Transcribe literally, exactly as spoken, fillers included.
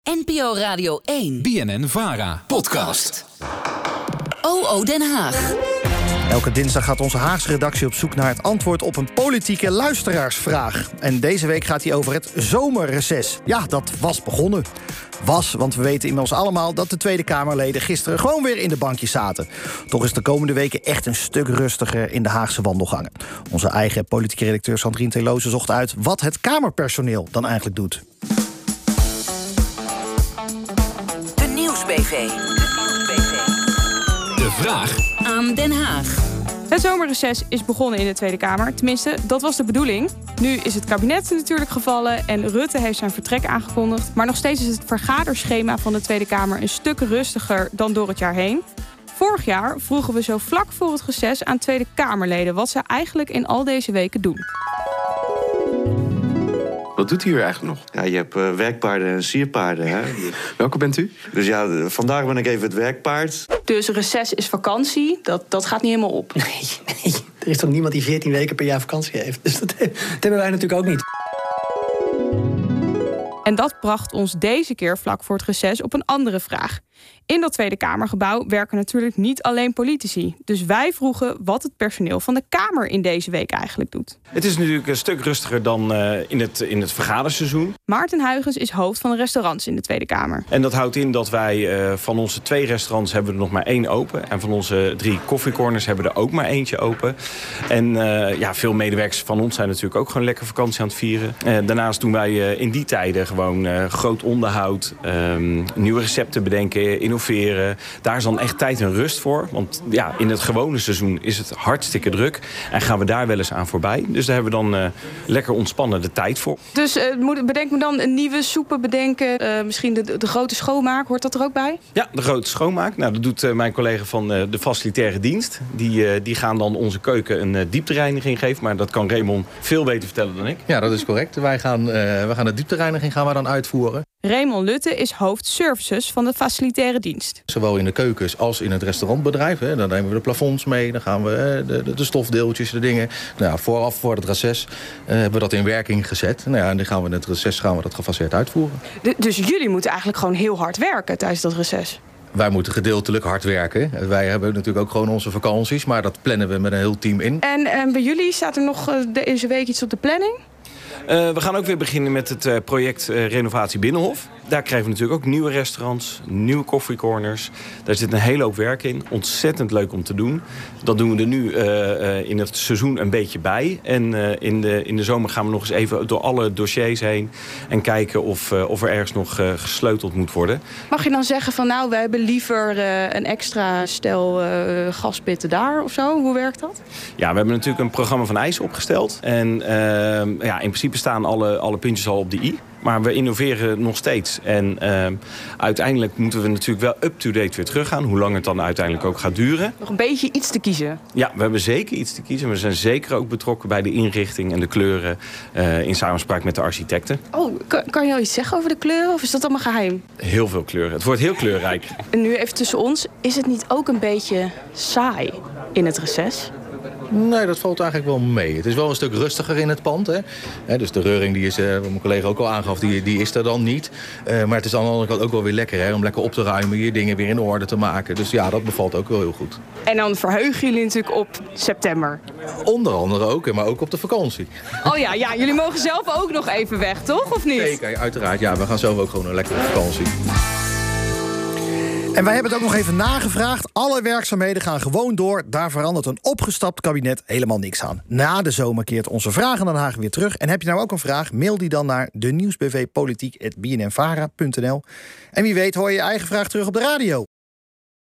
N P O Radio één. B N N-Vara. Podcast. O O Den Haag. Elke dinsdag gaat onze Haagse redactie op zoek naar het antwoord op een politieke luisteraarsvraag. En deze week gaat hij over het zomerreces. Ja, dat was begonnen. Was, want we weten inmiddels allemaal dat de Tweede Kamerleden gisteren gewoon weer in de bankjes zaten. Toch is de komende weken echt een stuk rustiger in de Haagse wandelgangen. Onze eigen politieke redacteur Sandrine Teloze zocht uit wat het Kamerpersoneel dan eigenlijk doet. De Nieuwsbv. De vraag aan Den Haag. Het zomerreces is begonnen in de Tweede Kamer. Tenminste, dat was de bedoeling. Nu is het kabinet natuurlijk gevallen en Rutte heeft zijn vertrek aangekondigd. Maar nog steeds is het vergaderschema van de Tweede Kamer een stuk rustiger dan door het jaar heen. Vorig jaar vroegen we zo vlak voor het reces aan Tweede Kamerleden wat ze eigenlijk in al deze weken doen. Wat doet u hier eigenlijk nog? Ja, je hebt uh, werkpaarden en sierpaarden. Hè? Welke bent u? Dus ja, vandaag ben ik even het werkpaard. Dus reces is vakantie, dat, dat gaat niet helemaal op. Nee, nee, er is toch niemand die veertien weken per jaar vakantie heeft. Dus dat, dat hebben wij natuurlijk ook niet. En dat bracht ons deze keer vlak voor het reces op een andere vraag. In dat Tweede Kamergebouw werken natuurlijk niet alleen politici. Dus wij vroegen wat het personeel van de Kamer in deze week eigenlijk doet. Het is natuurlijk een stuk rustiger dan uh, in, het, in het vergaderseizoen. Maarten Huygens is hoofd van de restaurants in de Tweede Kamer. En dat houdt in dat wij uh, van onze twee restaurants hebben we er nog maar één open. En van onze drie koffiecorners hebben we er ook maar eentje open. En uh, ja, veel medewerkers van ons zijn natuurlijk ook gewoon lekker vakantie aan het vieren. Uh, daarnaast doen wij uh, in die tijden gewoon uh, groot onderhoud, um, nieuwe recepten bedenken, innoveren. Daar is dan echt tijd en rust voor. Want ja, in het gewone seizoen is het hartstikke druk. En gaan we daar wel eens aan voorbij. Dus daar hebben we dan uh, lekker ontspannen de tijd voor. Dus uh, bedenk me dan een nieuwe soepen bedenken. Uh, misschien de, de grote schoonmaak, hoort dat er ook bij? Ja, de grote schoonmaak. Nou, dat doet uh, mijn collega van uh, de facilitaire dienst. Die, uh, die gaan dan onze keuken een uh, dieptereiniging geven. Maar dat kan Raymond veel beter vertellen dan ik. Ja, dat is correct. Wij gaan, uh, wij gaan de dieptereiniging gaan we dan uitvoeren. Raymond Lutte is hoofd services van de facilitaire dienst. Zowel in de keukens als in het restaurantbedrijf. Hè. Dan nemen we de plafonds mee, dan gaan we de, de, de stofdeeltjes, de dingen. Nou, vooraf voor het reces uh, hebben we dat in werking gezet. Nou ja, en dan gaan we in het reces gaan we dat gefaseerd uitvoeren. De, dus jullie moeten eigenlijk gewoon heel hard werken tijdens dat reces? Wij moeten gedeeltelijk hard werken. Wij hebben natuurlijk ook gewoon onze vakanties, maar dat plannen we met een heel team in. En, en bij jullie staat er nog uh, deze week iets op de planning? Uh, we gaan ook weer beginnen met het uh, project uh, Renovatie Binnenhof. Daar krijgen we natuurlijk ook nieuwe restaurants, nieuwe koffiecorners. Daar zit een hele hoop werk in. Ontzettend leuk om te doen. Dat doen we er nu uh, uh, in het seizoen een beetje bij. En uh, in, de, in de zomer gaan we nog eens even door alle dossiers heen. En kijken of, uh, of er ergens nog uh, gesleuteld moet worden. Mag je dan zeggen van nou, we hebben liever uh, een extra stel uh, gaspitten daar of zo? Hoe werkt dat? Ja, we hebben natuurlijk een programma van eisen opgesteld. En uh, ja, in principe staan alle, alle puntjes al op de i. Maar we innoveren nog steeds. En uh, uiteindelijk moeten we natuurlijk wel up-to-date weer teruggaan. Hoe lang het dan uiteindelijk ook gaat duren. Nog een beetje iets te kiezen. Ja, we hebben zeker iets te kiezen. We zijn zeker ook betrokken bij de inrichting en de kleuren. Uh, in samenspraak met de architecten. Oh, kan, kan je al iets zeggen over de kleuren? Of is dat allemaal geheim? Heel veel kleuren. Het wordt heel kleurrijk. En nu even tussen ons. Is het niet ook een beetje saai in het reces? Nee, dat valt eigenlijk wel mee. Het is wel een stuk rustiger in het pand. Hè? He, dus de reuring, die is, uh, wat mijn collega ook al aangaf, die, die is er dan niet. Uh, maar het is aan de andere kant ook wel weer lekker, hè? Om lekker op te ruimen, je dingen weer in orde te maken. Dus ja, dat bevalt ook wel heel goed. En dan verheugen jullie natuurlijk op september. Onder andere ook, maar ook op de vakantie. Oh ja, ja, jullie mogen zelf ook nog even weg, toch? Of niet? Zeker, uiteraard. Ja, we gaan zelf ook gewoon een lekkere vakantie. En wij hebben het ook nog even nagevraagd. Alle werkzaamheden gaan gewoon door. Daar verandert een opgestapt kabinet helemaal niks aan. Na de zomer keert onze Vraag aan Den Haag weer terug. En heb je nou ook een vraag? Mail die dan naar de nieuwsbv politiek apenstaartje b n n vara punt n l. En wie weet hoor je je eigen vraag terug op de radio.